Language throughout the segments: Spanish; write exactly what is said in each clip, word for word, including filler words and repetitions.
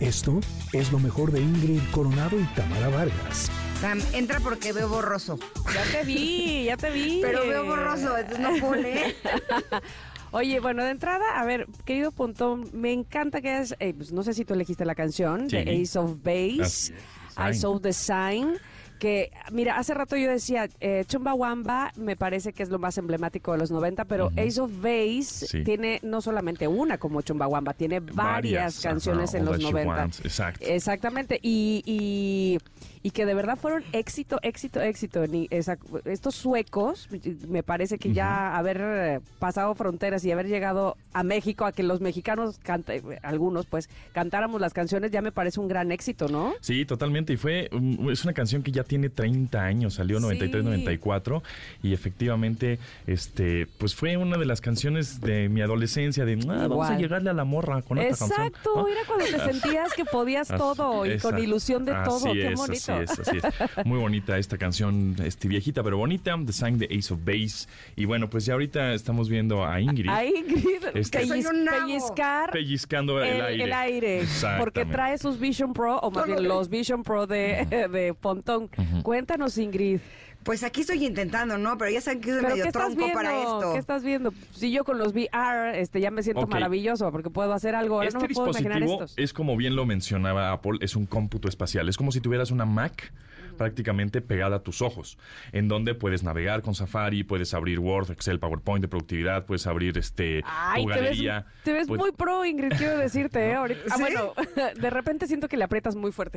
Esto es lo mejor de Ingrid Coronado y Tamara Vargas. Sam, entra porque veo borroso. Ya te vi, ya te vi. Pero veo borroso, entonces no puedo leer. Oye, bueno, de entrada, a ver, querido Pontón, me encanta que es, eh, pues no sé si tú elegiste la canción, sí. de Ace of Base, I Saw the Sign, que, mira, hace rato yo decía, eh, Chumbawamba me parece que es lo más emblemático de los noventa, pero uh-huh. Ace of Base sí. tiene no solamente una como Chumbawamba, tiene varias, varias canciones ajá, en los noventa. Exacto. Exactamente, y... y Y que de verdad fueron éxito, éxito, éxito. Esa, estos suecos, me parece que uh-huh. ya haber pasado fronteras y haber llegado a México, a que los mexicanos, canta, algunos pues, cantáramos las canciones, ya me parece un gran éxito, ¿no? Sí, totalmente. Y fue, es una canción que ya tiene treinta años, salió en noventa y tres, noventa y cuatro. Y efectivamente, este, pues fue una de las canciones de mi adolescencia, de ah, vamos a llegarle a la morra con esta canción. Exacto, ¿no? Era cuando te sentías que podías todo y con ilusión de todo. Así Qué es, bonito. Así es, así es. Muy bonita esta canción, este, viejita pero bonita, The Sign de Ace of Base. Y bueno, pues ya ahorita estamos viendo a Ingrid. A Ingrid, este, pelliz, pellizcar pellizcando el, el aire. El aire, porque trae sus Vision Pro, o más bien los Vision Pro de, uh-huh. de Pontón. Uh-huh. Cuéntanos, Ingrid. Pues aquí estoy intentando, ¿no? Pero ya saben que soy medio tronco para esto. ¿Qué estás viendo? Si yo con los V R este, ya me siento okay. maravilloso porque puedo hacer algo. Ahora este no me puedo imaginar estos. Es como bien lo mencionaba Apple, es un cómputo espacial. Es como si tuvieras una Mac uh-huh. prácticamente pegada a tus ojos, en donde puedes navegar con Safari, puedes abrir Word, Excel, PowerPoint de productividad, puedes abrir este Ay, tu te galería. Ves, te ves pues, muy pro, Ingrid, quiero decirte. ¿eh? Ahorita, ¿Sí? Ah, bueno, de repente siento que le aprietas muy fuerte.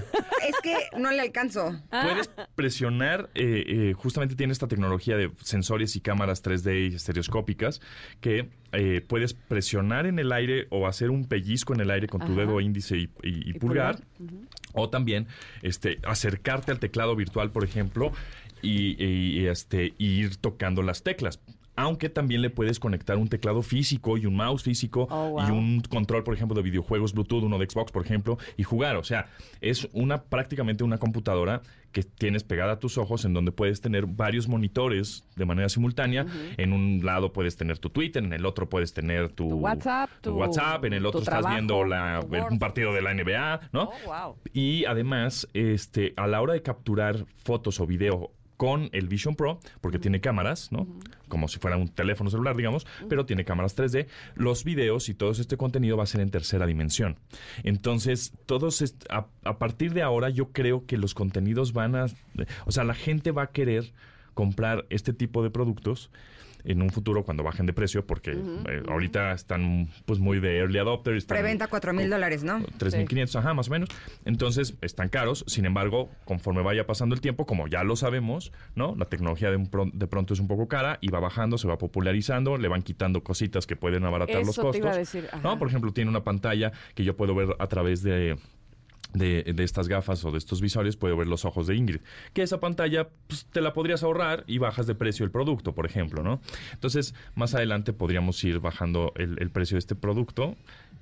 Es que no le alcanzo. Puedes presionar, eh, eh, justamente tiene esta tecnología de sensores y cámaras tres D y estereoscópicas que eh, puedes presionar en el aire o hacer un pellizco en el aire con tu Ajá. dedo índice y, y, y, y pulgar, pulgar. Uh-huh. o también este, acercarte al teclado virtual, por ejemplo, y, y, este, y ir tocando las teclas. Aunque también le puedes conectar un teclado físico y un mouse físico oh, wow. y un control, por ejemplo, de videojuegos Bluetooth, uno de Xbox, por ejemplo, y jugar. O sea, es una prácticamente una computadora que tienes pegada a tus ojos, en donde puedes tener varios monitores de manera simultánea. Uh-huh. En un lado puedes tener tu Twitter, en el otro puedes tener tu, tu WhatsApp, tu, tu WhatsApp, en el otro estás trabajo, viendo la, un partido de la N B A, ¿no? Oh, wow. Y además, este, a la hora de capturar fotos o video con el Vision Pro, porque uh-huh. tiene cámaras, ¿no? Uh-huh. Como si fuera un teléfono celular, digamos, uh-huh. pero tiene cámaras tres D. Los videos y todo este contenido va a ser en tercera dimensión. Entonces, todos est- a, a partir de ahora, yo creo que los contenidos van a... O sea, la gente va a querer comprar este tipo de productos en un futuro cuando bajen de precio, porque uh-huh, eh, uh-huh. ahorita están pues muy de early adopter. Están, preventa cuatro mil dólares, ¿no? tres mil quinientos, sí. ajá, más o menos. Entonces, están caros. Sin embargo, conforme vaya pasando el tiempo, como ya lo sabemos, ¿no? La tecnología de, un pro- de pronto es un poco cara y va bajando, se va popularizando, le van quitando cositas que pueden abaratar Eso los costos. te iba a decir, ajá. ¿no? Por ejemplo, tiene una pantalla que yo puedo ver a través de... De, de estas gafas o de estos visores, puedo ver los ojos de Ingrid. Que esa pantalla pues, te la podrías ahorrar y bajas de precio el producto, por ejemplo, ¿no? Entonces, más adelante podríamos ir bajando el, el precio de este producto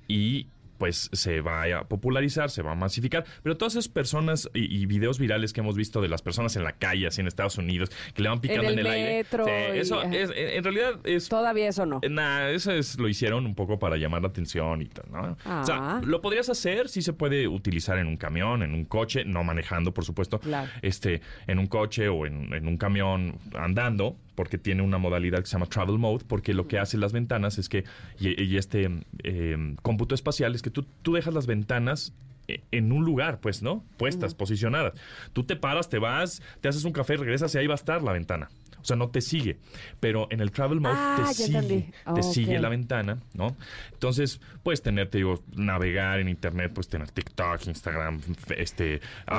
y pues se va a popularizar, se va a masificar. Pero todas esas personas y, y videos virales que hemos visto de las personas en la calle, así en Estados Unidos, que le van picando en el, en el metro aire. Sí, eso y... es, en realidad es... Todavía eso no. Nah, eso es, lo hicieron un poco para llamar la atención y tal, ¿no? Ah. O sea, lo podrías hacer, sí se puede utilizar en un camión, en un coche, no manejando, por supuesto. Claro. Este, en un coche o en, en un camión andando, porque tiene una modalidad que se llama Travel Mode, porque lo que hacen las ventanas es que, y, y este eh, cómputo espacial, es que tú, tú dejas las ventanas en un lugar, pues, ¿no? Puestas, uh-huh. posicionadas. Tú te paras, te vas, te haces un café, regresas y ahí va a estar la ventana. O sea, no te sigue. Pero en el Travel Mode ah, te sigue. Oh, te okay. sigue la ventana, ¿no? Entonces, puedes tener, te digo, navegar en internet, puedes tener TikTok, Instagram, este, Oye.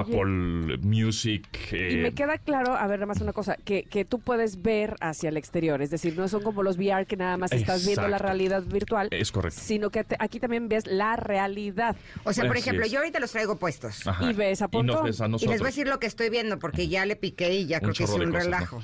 Apple Music. Eh. Y me queda claro, a ver, nada más una cosa, que, que tú puedes ver hacia el exterior. Es decir, no son como los V R que nada más estás Exacto. viendo la realidad virtual. Es correcto. Sino que te, aquí también ves la realidad. O sea, por Así ejemplo, es. yo ahorita los traigo puestos. Ajá. Y ves a Pontón. Y, nos ves a y les voy a decir lo que estoy viendo, porque ya le piqué y ya un creo que es un relajo. Cosas, ¿no? Sí, ya, hoy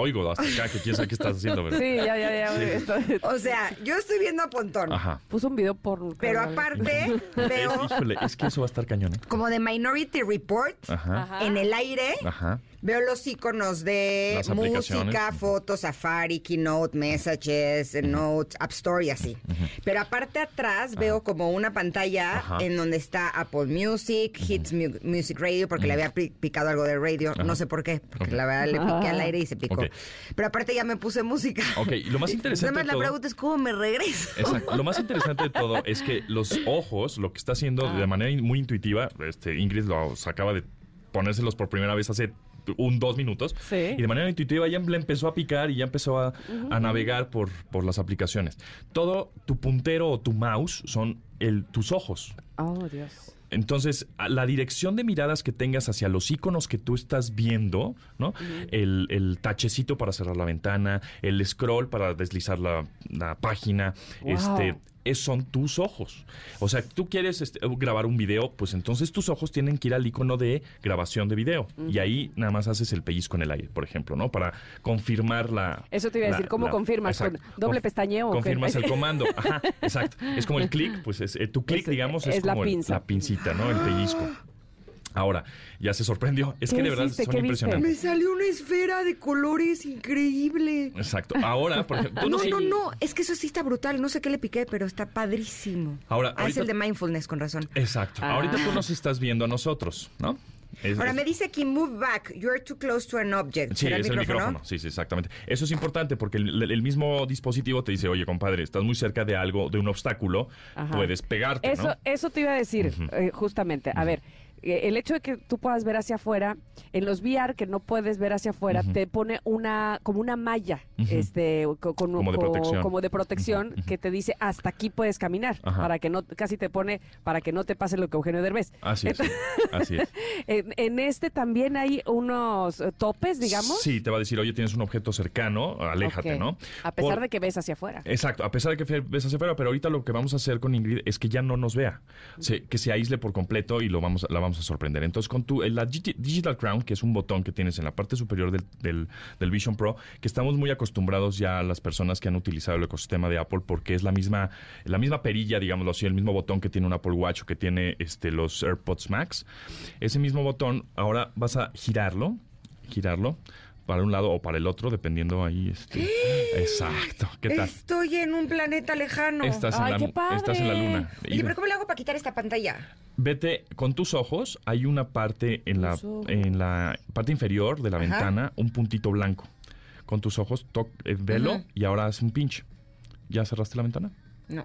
oigo hasta acá, que quién sabe qué estás haciendo. Pero... Sí, ya, ya, ya. Sí. Esto- O sea, yo estoy viendo a Pontón. Ajá. Puso un video por... Pero aparte veo Es, híjole, es que eso va a estar cañón, ¿eh? como de Minority Report Ajá. Ajá. en el aire. Ajá. Veo los iconos de Las aplicaciones. música, fotos, Safari, Keynote, Messages, Notes, App Store y así. Pero aparte atrás veo como una pantalla Ajá. en donde está Apple Music, Hits Mu- Music Radio, porque le había pi- picado algo de radio. Ajá. No sé por qué, porque Ok. la verdad le piqué al aire y se picó. Ok. Pero aparte ya me puse música. Ok, y lo más interesante Nada más de la todo... pregunta es cómo me regreso. Exacto. Lo más interesante de todo es que los ojos, lo que está haciendo de manera in- muy intuitiva, este, Ingrid lo acaba de ponérselos por primera vez hace un dos minutos, Sí. y de manera intuitiva ya le empezó a picar y ya empezó a, a navegar por, por las aplicaciones. Todo tu puntero o tu mouse son el, tus ojos. Oh, Dios. Entonces, a la dirección de miradas que tengas hacia los iconos que tú estás viendo, ¿no? el, el tachecito para cerrar la ventana, el scroll para deslizar la, la página, Wow. este, es- son tus ojos. O sea, tú quieres este, grabar un video, pues entonces tus ojos tienen que ir al icono de grabación de video. Y ahí nada más haces el pellizco en el aire, por ejemplo, ¿no? Para confirmar la... Eso te iba a decir, la- ¿cómo la- confirmas? ¿Con exacto. doble Conf- pestañeo o qué? Confirmas el comando. Ajá, exacto. Es como el clic, pues es, eh, tu clic, Es- digamos, es, es la como el- pinza. la pincita, ¿no? El pellizco. Ahora, ya se sorprendió. Es que ¿Qué de verdad hiciste? son ¿Qué viste? Me impresionantes. salió una esfera de colores increíble. Exacto. Ahora, por ejemplo, tú No, sé- no, no, es que eso sí está brutal. No sé qué le piqué, pero está padrísimo. Ahora, Ah, es ahorita- el de mindfulness, con razón. Exacto. Ah. Ahorita tú nos estás viendo a nosotros, ¿no? Es- Ahora es- me dice aquí, move back, you are too close to an object. Sí, ¿Será es el micrófono. Sí, sí, exactamente. Eso es importante porque el, el mismo dispositivo te dice, oye, compadre, estás muy cerca de algo, de un obstáculo, Ajá. puedes pegarte, Eso, ¿no? eso te iba a decir, eh, justamente. A ver, eh, el hecho de que tú puedas ver hacia afuera, en los V R que no puedes ver hacia afuera, te pone una, como una malla, Ujú. este, co- con, Como de co- protección. como de protección, Ujú, ujú. que te dice hasta aquí puedes caminar, Ajá. para que no, casi te pone, para que no te pase lo que Eugenio Derbez. Así es. Así es. En, en este también hay unos eh, topes, digamos. Sí, te va a decir, oye, tienes un objeto cercano, aléjate, Ok. ¿no? A pesar Por- de que ves hacia afuera. Exacto, a pesar de que fe- ves hacia afuera, pero ahorita lo que vamos a hacer con Ingrid es que ya no nos vea, se- que se aísle por completo y lo vamos, la vamos a sorprender. Entonces, con tu, la Digi- Digital Crown, que es un botón que tienes en la parte superior del, del, del Vision Pro, que estamos muy acostumbrados ya a las personas que han utilizado el ecosistema de Apple, porque es la misma, la misma perilla, digámoslo así, el mismo botón que tiene un Apple Watch o que tiene este, los AirPods Max. Ese mismo botón, ahora vas a girarlo, girarlo para un lado o para el otro, dependiendo ahí. Este, exacto. ¿Qué tal? Estoy en un planeta lejano. Estás en, Ay, la, qué padre. estás en la luna. Oye, Y pero ¿cómo le hago para quitar esta pantalla? vete con tus ojos. Hay una parte en la, Tus ojos. en la parte inferior de la Ajá. ventana, un puntito blanco. Con tus ojos, toc, eh, velo Ujú. y ahora haz un pinch. ¿Ya cerraste la ventana? No.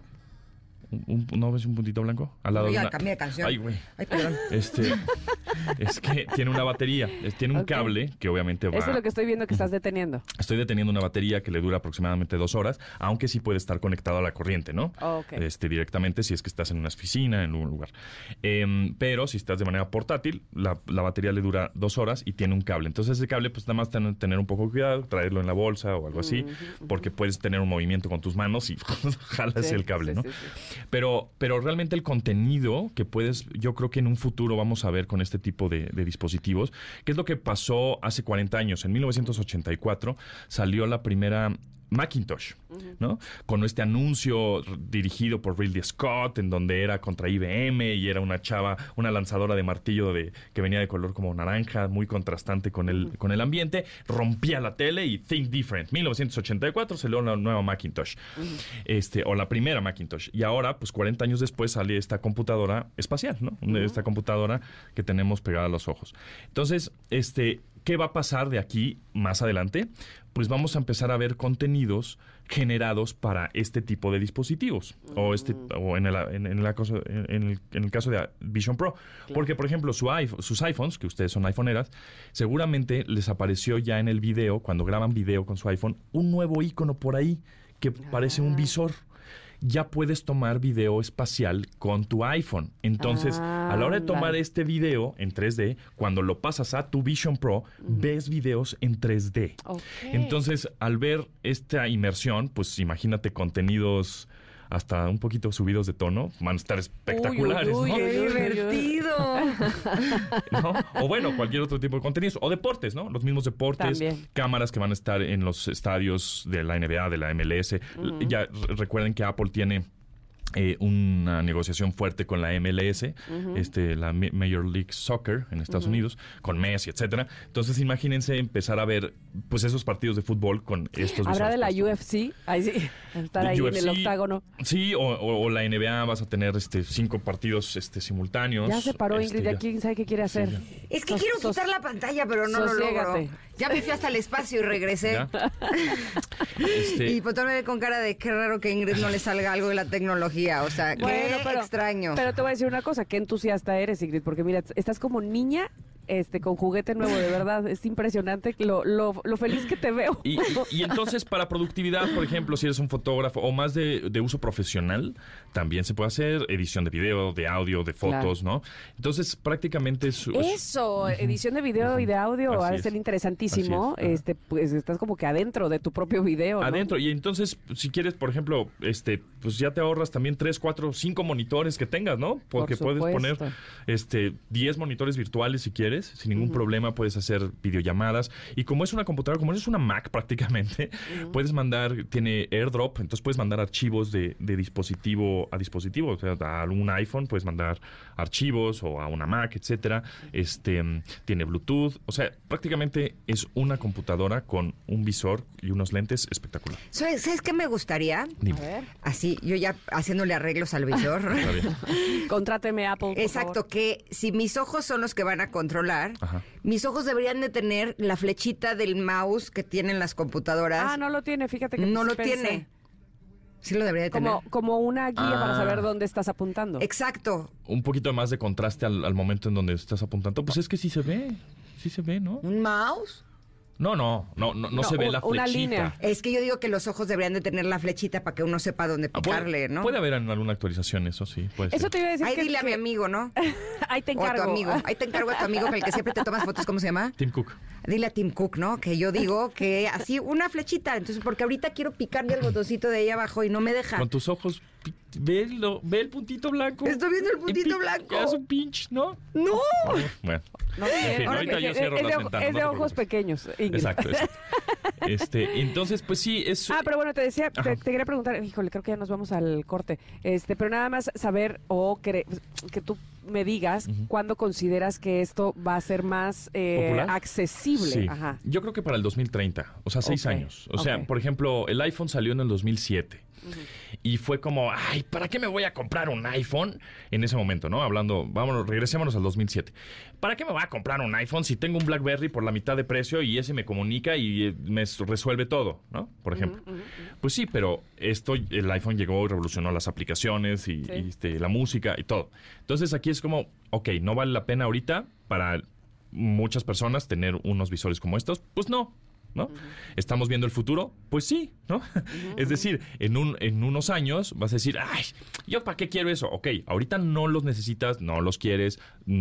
Un- un- ¿No ves un puntito blanco? Al lado No, de ya una... cambié de canción. Ay, güey. Ay, perdón. Este, es que tiene una batería, es- tiene un Ok. cable que obviamente va... Eso es lo que estoy viendo que estás deteniendo. Estoy deteniendo una batería que le dura aproximadamente dos horas, aunque sí puede estar conectado a la corriente, ¿no? Ok. Este, directamente si es que estás en una oficina, en un lugar. Em, pero si estás de manera portátil, la, la batería le dura dos horas y tiene un cable. Entonces ese cable, pues nada más ten- tener un poco de cuidado, traerlo en la bolsa o algo así, porque puedes tener un movimiento con tus manos y jalas Sí, el cable, sí, ¿no? sí, sí. Pero, pero realmente el contenido que puedes, yo creo que en un futuro vamos a ver con este tipo de, de dispositivos, que es lo que pasó hace cuarenta años. En mil novecientos ochenta y cuatro salió la primera Macintosh, ¿no? Con este anuncio dirigido por Ridley Scott, en donde era contra I B M y era una chava, una lanzadora de martillo de, que venía de color como naranja, muy contrastante con el, con el ambiente, rompía la tele y Think Different. mil novecientos ochenta y cuatro salió la nueva Macintosh, este, o la primera Macintosh. Y ahora, pues cuarenta años después sale esta computadora espacial, ¿no? Esta computadora que tenemos pegada a los ojos. Entonces, este... ¿qué va a pasar de aquí más adelante? Pues vamos a empezar a ver contenidos generados para este tipo de dispositivos o este o en el, en, en la cosa- en el, en el caso de Vision Pro. Porque, por ejemplo, su iPhone- sus iPhones, que ustedes son iPhoneeras, seguramente les apareció ya en el video, cuando graban video con su iPhone, un nuevo icono por ahí que parece un visor. Ya puedes tomar video espacial con tu iPhone. Entonces, a la hora de tomar Ándale. este video en tres D, cuando lo pasas a tu Vision Pro, ves videos en tres D. Ok. Entonces, al ver esta inmersión, pues imagínate contenidos hasta un poquito subidos de tono, van a estar espectaculares. Uy, uy, uy, ¿no? ¡Qué divertido! ¿No? O bueno, cualquier otro tipo de contenidos. O deportes, ¿no? Los mismos deportes. También. Cámaras que van a estar en los estadios de la N B A, de la M L S. Uh-huh. Ya re- recuerden que Apple tiene eh, una negociación fuerte con la M L S, uh-huh. este, la Major League Soccer en Estados uh-huh. Unidos, con Messi, etcétera. Entonces, imagínense empezar a ver pues esos partidos de fútbol con estos ¿Habrá de la puestos. U F C? Ahí sí, estar ahí U F C, en el octágono. Sí, o, o, o la N B A vas a tener este cinco partidos este simultáneos. Ya se paró este, Ingrid, ya ya quién sabe qué quiere hacer. Sí, es que sos, quiero sos, quitar la pantalla, pero no lo logro. Ya me fui hasta el espacio y regresé. este... Y pues me ve con cara de qué raro que a Ingrid no le salga algo de la tecnología. O sea, bueno, qué pero, extraño. Pero te voy a decir una cosa, qué entusiasta eres, Ingrid, porque mira, estás como niña este con juguete nuevo, de verdad. Es impresionante lo, lo, lo feliz que te veo. Y, y, y entonces, para productividad, por ejemplo, si eres un fotógrafo o más de, de uso profesional, también se puede hacer edición de video, de audio, de fotos, claro. ¿no? Entonces, prácticamente es... Eso, edición de video uh-huh. y de audio va a ser interesantísimo. Es. Este, pues estás como que adentro de tu propio video, ¿no? Adentro. Y entonces, si quieres, por ejemplo, este, pues ya te ahorras también tres, cuatro, cinco monitores que tengas, ¿no? Porque por puedes poner este diez monitores virtuales si quieres. Sin ningún uh-huh. problema puedes hacer videollamadas. Y como es una computadora, como es una Mac prácticamente, uh-huh. puedes mandar, tiene AirDrop, entonces puedes mandar archivos de, de dispositivo a dispositivo. O sea, a un iPhone puedes mandar archivos o a una Mac, etcétera. Este, tiene Bluetooth. O sea, prácticamente es una computadora con un visor y unos lentes espectacular. ¿Sabes qué me gustaría? Dime. A ver. Así, yo ya haciéndole arreglos al visor. Contráteme Apple, por Exacto, favor. Que si mis ojos son los que van a controlar, Ajá. mis ojos deberían de tener la flechita del mouse que tienen las computadoras. Ah, no lo tiene, fíjate que no sí lo pensé. tiene. Sí lo debería de como, tener. Como una guía ah. para saber dónde estás apuntando. Exacto. Un poquito más de contraste al, al momento en donde estás apuntando. Pues es que sí se ve, sí se ve, ¿no? ¿Un mouse? No, no, no, no, no, no se ve la flechita. Una línea. Es que yo digo que los ojos deberían de tener la flechita para que uno sepa dónde picarle, ¿no? ¿no? Puede haber en alguna actualización, eso sí. Puede eso ser. te iba a decir. Ahí que, dile que... a mi amigo, ¿no? Ahí te encargo. O a tu amigo. Ahí te encargo a tu amigo, con el que siempre te tomas fotos. ¿Cómo se llama? Tim Cook. Dile a Tim Cook, ¿no? Que yo digo que así una flechita. Entonces, porque ahorita quiero picarle el botoncito de ahí abajo y no me deja. Con tus ojos, ve, lo, ve el puntito blanco. Estoy viendo el puntito blanco. Es un pinch, ¿no? ¡No! Bueno. No, en fin, ahorita yo cierro es las de, ventanas. Es de no ojos pequeños, Ingrid. Exacto, exacto. Este, entonces, pues sí, es... Ah, pero bueno, te decía, te, te quería preguntar, híjole, creo que ya nos vamos al corte. Este, pero nada más saber o que, que tú me digas uh-huh. cuándo consideras que esto va a ser más eh, accesible. Sí. Ajá. Yo creo que para el dos mil treinta, o sea, seis okay. años. O sea, okay. por ejemplo, el iPhone salió en el dos mil siete. Uh-huh. Y fue como, ay, ¿para qué me voy a comprar un iPhone? En ese momento, ¿no? Hablando, vámonos, regresémonos al dos mil siete. ¿Para qué me voy a comprar un iPhone si tengo un BlackBerry por la mitad de precio y ese me comunica y me resuelve todo, ¿no? Por ejemplo. Uh-huh, uh-huh. Pues sí, pero esto, el iPhone llegó y revolucionó las aplicaciones y, sí. y este, la música y todo. Entonces aquí es como, ok, ¿no vale la pena ahorita para muchas personas tener unos visores como estos? Pues no. ¿No? Uh-huh. ¿Estamos viendo el futuro? Pues sí, ¿no? Uh-huh. Es decir, en un en unos años vas a decir, ay, ¿yo para qué quiero eso? Ok, ahorita no los necesitas, no los quieres,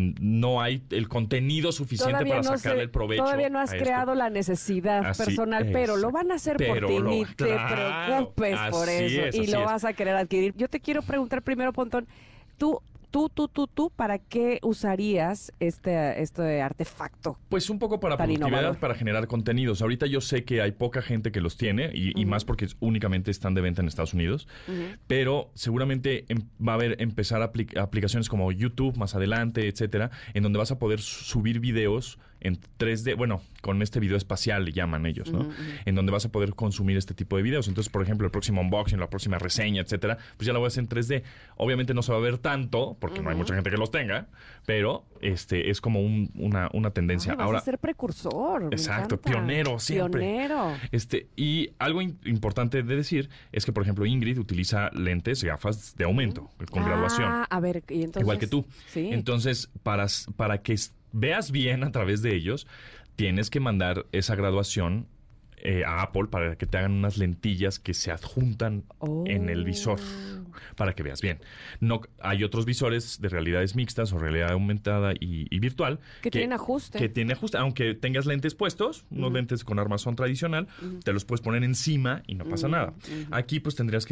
no hay el contenido suficiente todavía para no sacarle se, el provecho. Todavía no has creado esto. la necesidad Así personal, es. Pero lo van a hacer pero por ti, lo, ni claro, te preocupes por eso. Es, y lo es. vas a querer adquirir. Yo te quiero preguntar primero, Pontón, tú... Tú, tú, tú, tú, ¿para qué usarías este, este artefacto? Pues un poco para productividad, innovador. Para generar contenidos. Ahorita yo sé que hay poca gente que los tiene y, uh-huh. y más porque únicamente están de venta en Estados Unidos. Uh-huh. Pero seguramente em, va a haber empezar apli- aplicaciones como YouTube más adelante, etcétera, en donde vas a poder subir videos en tres D, bueno, con este video espacial le llaman ellos, ¿no? Uh-huh, uh-huh. En donde vas a poder consumir este tipo de videos. Entonces, por ejemplo, el próximo unboxing, la próxima reseña, etcétera, pues ya lo voy a hacer en tres D. Obviamente no se va a ver tanto, porque uh-huh. no hay mucha gente que los tenga, pero este es como un, una, una tendencia. Ay, vas Ahora, a ser precursor. Exacto, me encanta. pionero siempre. Pionero. Este, y algo in- importante de decir es que, por ejemplo, Ingrid utiliza lentes, gafas de aumento, con ah, graduación. A ver, y entonces. Igual que tú. Sí. Entonces, para, para que veas bien a través de ellos, tienes que mandar esa graduación eh, a Apple para que te hagan unas lentillas que se adjuntan oh. en el visor para que veas bien. No, hay otros visores de realidades mixtas o realidad aumentada y, y virtual que, que tienen ajuste. Que tienen ajuste, aunque tengas lentes puestos, uh-huh. unos lentes con armazón tradicional, uh-huh. te los puedes poner encima y no pasa uh-huh. nada. Uh-huh. Aquí pues tendrías que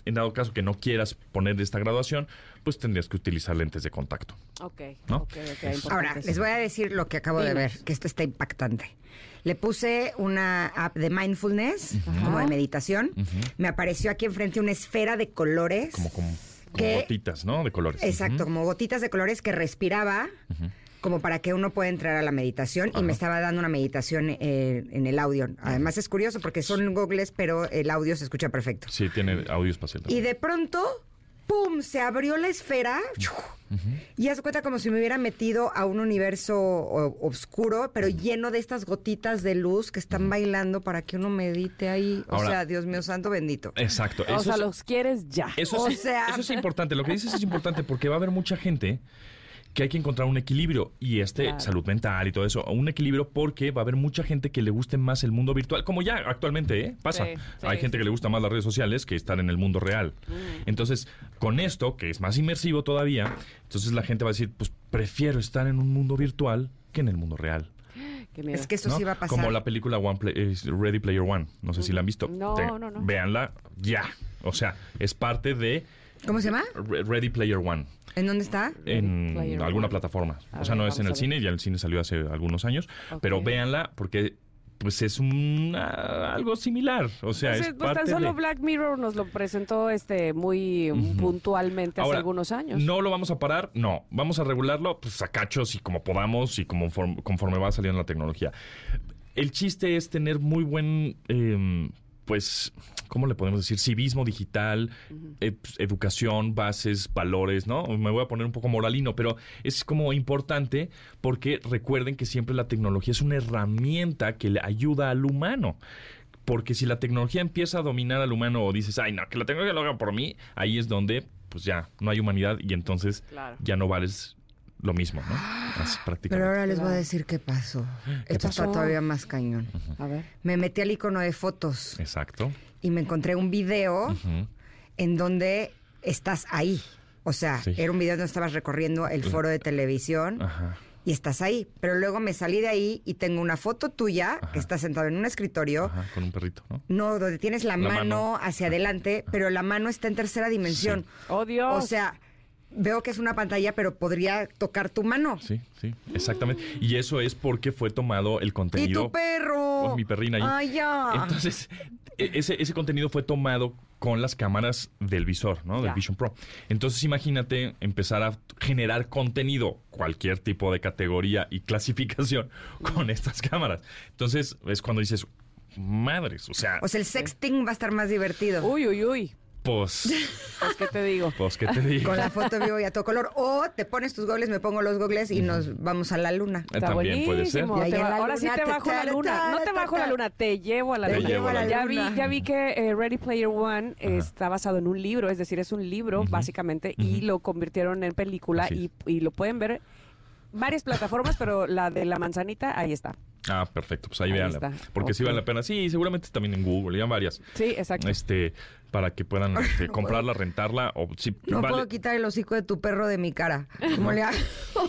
en dado caso que no quieras poner esta graduación, pues tendrías que utilizar lentes de contacto. Ok, ¿no? ok, ok. Ahora, les voy a decir lo que acabo Dinos. de ver, que esto está impactante. Le puse una app de mindfulness, uh-huh. como de meditación. Uh-huh. Me apareció aquí enfrente una esfera de colores. Como, como, como que, gotitas, ¿no? De colores. Exacto, uh-huh. como gotitas de colores que respiraba, uh-huh. como para que uno pueda entrar a la meditación. Uh-huh. Y me estaba dando una meditación eh, en el audio. Además es curioso porque son goggles, pero el audio se escucha perfecto. Sí, tiene audio espacial también. Y de pronto, ¡pum!, se abrió la esfera. Uh-huh. Y haz cuenta como si me hubiera metido a un universo o, oscuro, pero lleno de estas gotitas de luz que están uh-huh. bailando para que uno medite ahí. O Ahora, sea, Dios mío santo bendito. Exacto. O sea, es, los quieres ya. Eso, o es, sea... eso es importante. Lo que dices es importante porque va a haber mucha gente que hay que encontrar un equilibrio y este claro. salud mental y todo eso, un equilibrio porque va a haber mucha gente que le guste más el mundo virtual, como ya actualmente ¿eh? pasa. Sí, sí, hay gente sí. que le gusta más las redes sociales que estar en el mundo real. Mm. Entonces, con esto, que es más inmersivo todavía, entonces la gente va a decir, pues prefiero estar en un mundo virtual que en el mundo real. Es que eso ¿no? sí va a pasar. Como la película One Play, Ready Player One. No sé mm. si la han visto. No, Te, no, no. Véanla ya. O sea, es parte de... ¿Cómo se llama? Ready Player One. ¿En dónde está? En Player alguna One. plataforma. A o sea, ver, no es en el cine, ya el cine salió hace algunos años. Okay. Pero véanla porque pues es un uh, algo similar. O sea, pues, es pues parte tan solo de... Black Mirror nos lo presentó este muy uh-huh. puntualmente hace Ahora, algunos años. ¿No lo vamos a parar? No. Vamos a regularlo pues a cachos y como podamos y como conforme, conforme va saliendo la tecnología. El chiste es tener muy buen... Eh, pues, ¿cómo le podemos decir? Civismo digital, uh-huh. ed- educación, bases, valores, ¿no? Me voy a poner un poco moralino, pero es como importante porque recuerden que siempre la tecnología es una herramienta que le ayuda al humano. Porque si la tecnología empieza a dominar al humano o dices, ay, no, que la tecnología lo haga por mí, ahí es donde, pues ya, no hay humanidad y entonces claro. ya no vales lo mismo, ¿no? Así, prácticamente. Pero ahora les voy a decir qué pasó. ¿Qué Esto pasó? Está todavía más cañón. Uh-huh. A ver. Me metí al icono de fotos. Exacto. Y me encontré un video uh-huh. en donde estás ahí. O sea, sí. era un video donde estabas recorriendo el foro de televisión uh-huh. y estás ahí. Pero luego me salí de ahí y tengo una foto tuya uh-huh. que estás sentado en un escritorio. Ajá, con un perrito, ¿no? No, donde tienes la, la mano, mano hacia adelante, pero la mano está en tercera dimensión. Sí. ¡Oh, Dios! O sea... Veo que es una pantalla, pero podría tocar tu mano. Sí, sí, exactamente. Y eso es porque fue tomado el contenido... ¡Y tu perro! Con mi perrina ahí. ¡Ay, ya! Entonces, ese, ese contenido fue tomado con las cámaras del visor, ¿no? Del ya. Vision Pro. Entonces, imagínate empezar a generar contenido, cualquier tipo de categoría y clasificación, con estas cámaras. Entonces, es cuando dices, madres, o sea... O sea, el sexting va a estar más divertido. Uy, uy, uy. Pues, pues, ¿qué te digo? Pues, ¿qué te digo? Con la foto vivo y a todo color. O te pones tus gogles, me pongo los gogles y uh-huh. nos vamos a la luna. Está También puede ser. Y te va, ahora sí te bajo la luna. No te bajo la luna, te llevo a la te luna. Llevo a la ya, luna. Vi, ya vi que eh, Ready Player One eh, está basado en un libro, es decir, es un libro, uh-huh. básicamente, uh-huh. y lo convirtieron en película y, y lo pueden ver varias plataformas, pero la de la manzanita, ahí está. Ah, perfecto. Pues ahí, ahí véanla. Está. Porque okay. sí vale la pena. Sí, seguramente también en Google, ya varias. Sí, exacto. Este, para que puedan este, no comprarla, puedo. rentarla. O, sí, no vale. puedo quitar el hocico de tu perro de mi cara. ¿Cómo le hago?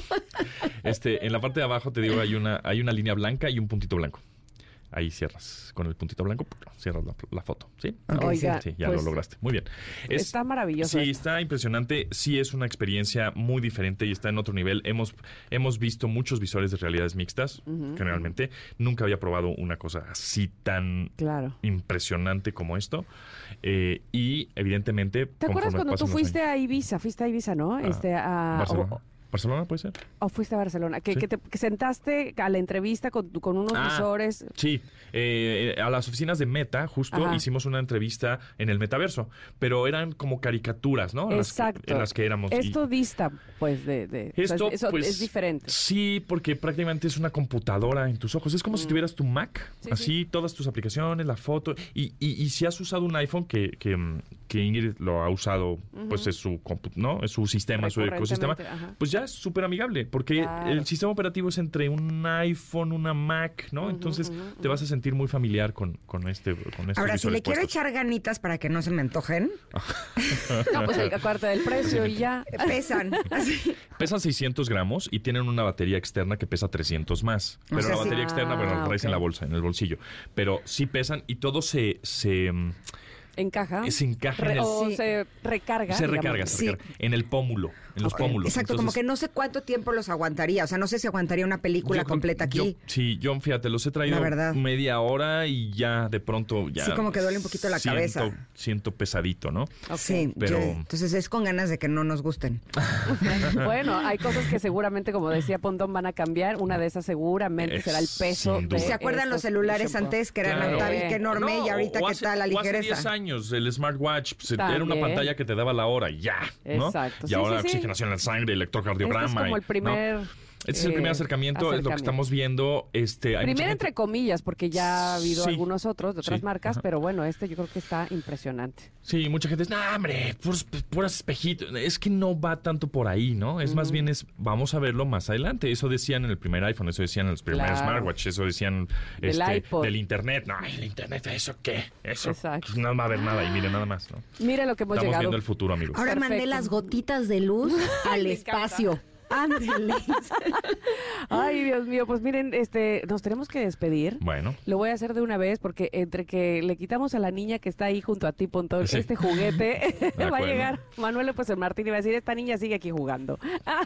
Este, en la parte de abajo te digo, hay una, hay una línea blanca y un puntito blanco. Ahí cierras con el puntito blanco, cierras la, la foto, ¿sí? Okay. Oiga, sí, ya pues, lo lograste. Muy bien. Es, está maravilloso. Sí, esto. está impresionante. Sí, es una experiencia muy diferente y está en otro nivel. Hemos, hemos visto muchos visores de realidades mixtas, uh-huh. generalmente. Nunca había probado una cosa así tan claro. impresionante como esto. Eh, y, evidentemente... ¿Te acuerdas cuando tú fuiste a Ibiza? Fuiste a Ibiza, ¿no? Ah, este, a, Barcelona. O, ¿Barcelona puede ser? ¿O fuiste a Barcelona? Que, sí. que te que sentaste a la entrevista con, con unos ah, visores. Sí, eh, a las oficinas de Meta, justo Ajá. hicimos una entrevista en el metaverso, pero eran como caricaturas, ¿no? Exacto. Las que, en las que éramos. Esto y... dista, pues, de... de Esto, o sea, eso pues, es diferente. Sí, porque prácticamente es una computadora en tus ojos. Es como mm. si tuvieras tu Mac, sí, así, sí. todas tus aplicaciones, la foto. Y, y, y si has usado un iPhone, que, que, que Ingrid lo ha usado, uh-huh. pues es su, ¿no? es su sistema, su ecosistema, ajá. pues ya es súper amigable. Porque claro. el sistema operativo es entre un iPhone, una Mac, ¿no? Uh-huh, Entonces uh-huh, te vas a sentir muy familiar con, con este con estos Ahora, si le puestos. quiero echar ganitas para que no se me antojen. No, pues el cuarto del precio y ya. Pesan. Así. Pesan seiscientos gramos y tienen una batería externa que pesa trescientos más. Pero o sea, la batería sí. externa, bueno, la traes ah, okay. en la bolsa, en el bolsillo. Pero sí pesan y todo se... se Encaja. Se encaja Re- en el... o Sí. se recarga. Se digamos. recarga, se Sí. recarga. En el pómulo, en los Ok. pómulos. Exacto, como Entonces, que no sé cuánto tiempo los aguantaría. O sea, no sé si aguantaría una película yo- completa aquí. yo- sí, yo, fíjate, los he traído La verdad. media hora y ya de pronto ya... Sí, como que duele un poquito la siento- cabeza. Siento pesadito, ¿no? Ok. Sí, Pero- yo- entonces es con ganas de que no nos gusten. Bueno, hay cosas que seguramente, como decía Pontón, van a cambiar. Una de esas seguramente Es- será el peso. sin de duda. ¿Se acuerdan los estos celulares shampoo. antes que eran Claro. Octavio, qué enorme No, y ahorita o qué hace- tal la o hace diez ligereza? años el smartwatch pues, era una También. pantalla que te daba la hora y ya, ¿no? Exacto. Y sí, ahora sí, sí. oxigenación en la sangre, electrocardiograma. Este es como y- el primer... ¿no? Este es el primer eh, acercamiento, es lo que estamos viendo. Este, hay mucha Primero gente- entre comillas, porque ya ha habido Sí. algunos otros de otras Sí, marcas, ajá. pero bueno, este yo creo que está impresionante. Sí, mucha gente dice, no, hombre, puros, puros espejitos. Es que no va tanto por ahí, ¿no? Es más bien es, vamos a verlo más adelante. Eso decían en el primer iPhone, eso decían en los primeros Claro. smartwatch, eso decían Del este, iPod. del Internet. No, el Internet, ¿eso qué? Eso, Exacto. pues, no va a haber nada y miren nada más, ¿no? Mira lo que hemos Estamos llegado. viendo el futuro, amigos. Ahora Perfecto. mandé las gotitas de luz al Me espacio. Ándele. Ay, Dios mío, pues miren, este, nos tenemos que despedir. Bueno. Lo voy a hacer de una vez porque entre que le quitamos a la niña que está ahí junto a ti, Pontón, Sí. este juguete, va a acuerdo. llegar Manuel López el Martín y va a decir, esta niña sigue aquí jugando.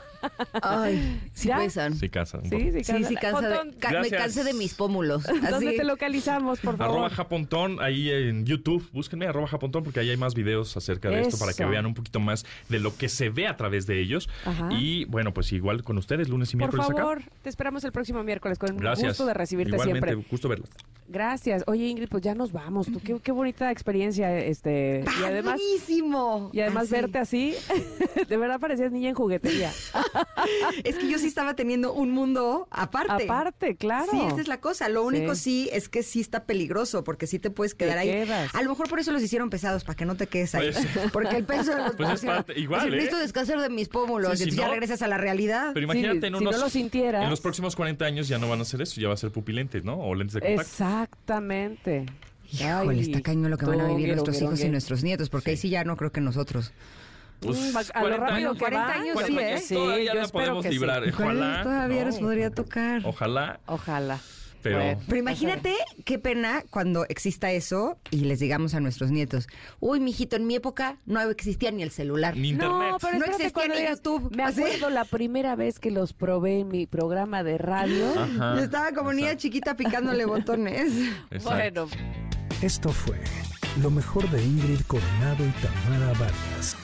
Ay, sí ¿Ya? pesan. Sí, casa. un Sí, poco. sí, Sí, sí, cansa de- Pontón, ca- me Gracias. cansé de mis pómulos. ¿dónde Así. te localizamos, por favor? Arroba Japontón, ahí en YouTube. Búsquenme, arroba Japontón, porque ahí hay más videos acerca de esto para que Eso. vean un poquito más de lo que se ve a través de ellos. Ajá. Y bueno, pues igual con ustedes, lunes y Por miércoles favor, acá. te esperamos el próximo miércoles con Gracias. gusto de recibirte Igualmente, siempre. gusto verlas. Gracias. Oye, Ingrid, pues ya nos vamos. Tú, qué, qué bonita experiencia, este, y además, ¡Padrísimo! y además Así. verte así, de verdad parecías niña en juguetería. Es que yo sí estaba teniendo un mundo aparte. Aparte, claro. Sí, esa es la cosa. Lo único Sí. sí, es que sí está peligroso porque sí te puedes quedar ahí. quedas. A lo mejor por eso los hicieron pesados, para que no te quedes ahí. Pues- porque el peso de los Pues es parte, igual, ¿eh? Necesito descansar de mis pómulos. Sí, y si entonces ya no- regresas a la realidad. Pero imagínate, Sí, en, si no unos, lo sintieras. en los próximos cuarenta años ya no van a hacer eso, ya va a ser pupilentes, ¿no? O lentes de contacto. Exactamente. Híjole, Ay, está cañón lo que van a vivir tongue, nuestros tongue, hijos y tongue. nuestros nietos, porque ahí Sí. sí ya no creo que nosotros. Pues, Mm, va- a lo cuarenta rápido años, que cuarenta va, años, cuarenta sí, ¿eh? años, sí, todavía yo la espero podemos que sí. librar. Ojalá. Todavía ¿no? nos podría tocar. Ojalá. Ojalá. Pero- Bueno. Pero imagínate qué pena cuando exista eso y les digamos a nuestros nietos, uy, mijito, en mi época no existía ni el celular. Ni internet. No, pero No espérate existía cuando ni digas, YouTube, me así. acuerdo la primera vez que los probé en mi programa de radio. Ajá. Yo estaba como niña Exacto. chiquita picándole botones. Exacto. Bueno, Esto fue lo mejor de Ingrid Coronado y Tamara Vargas.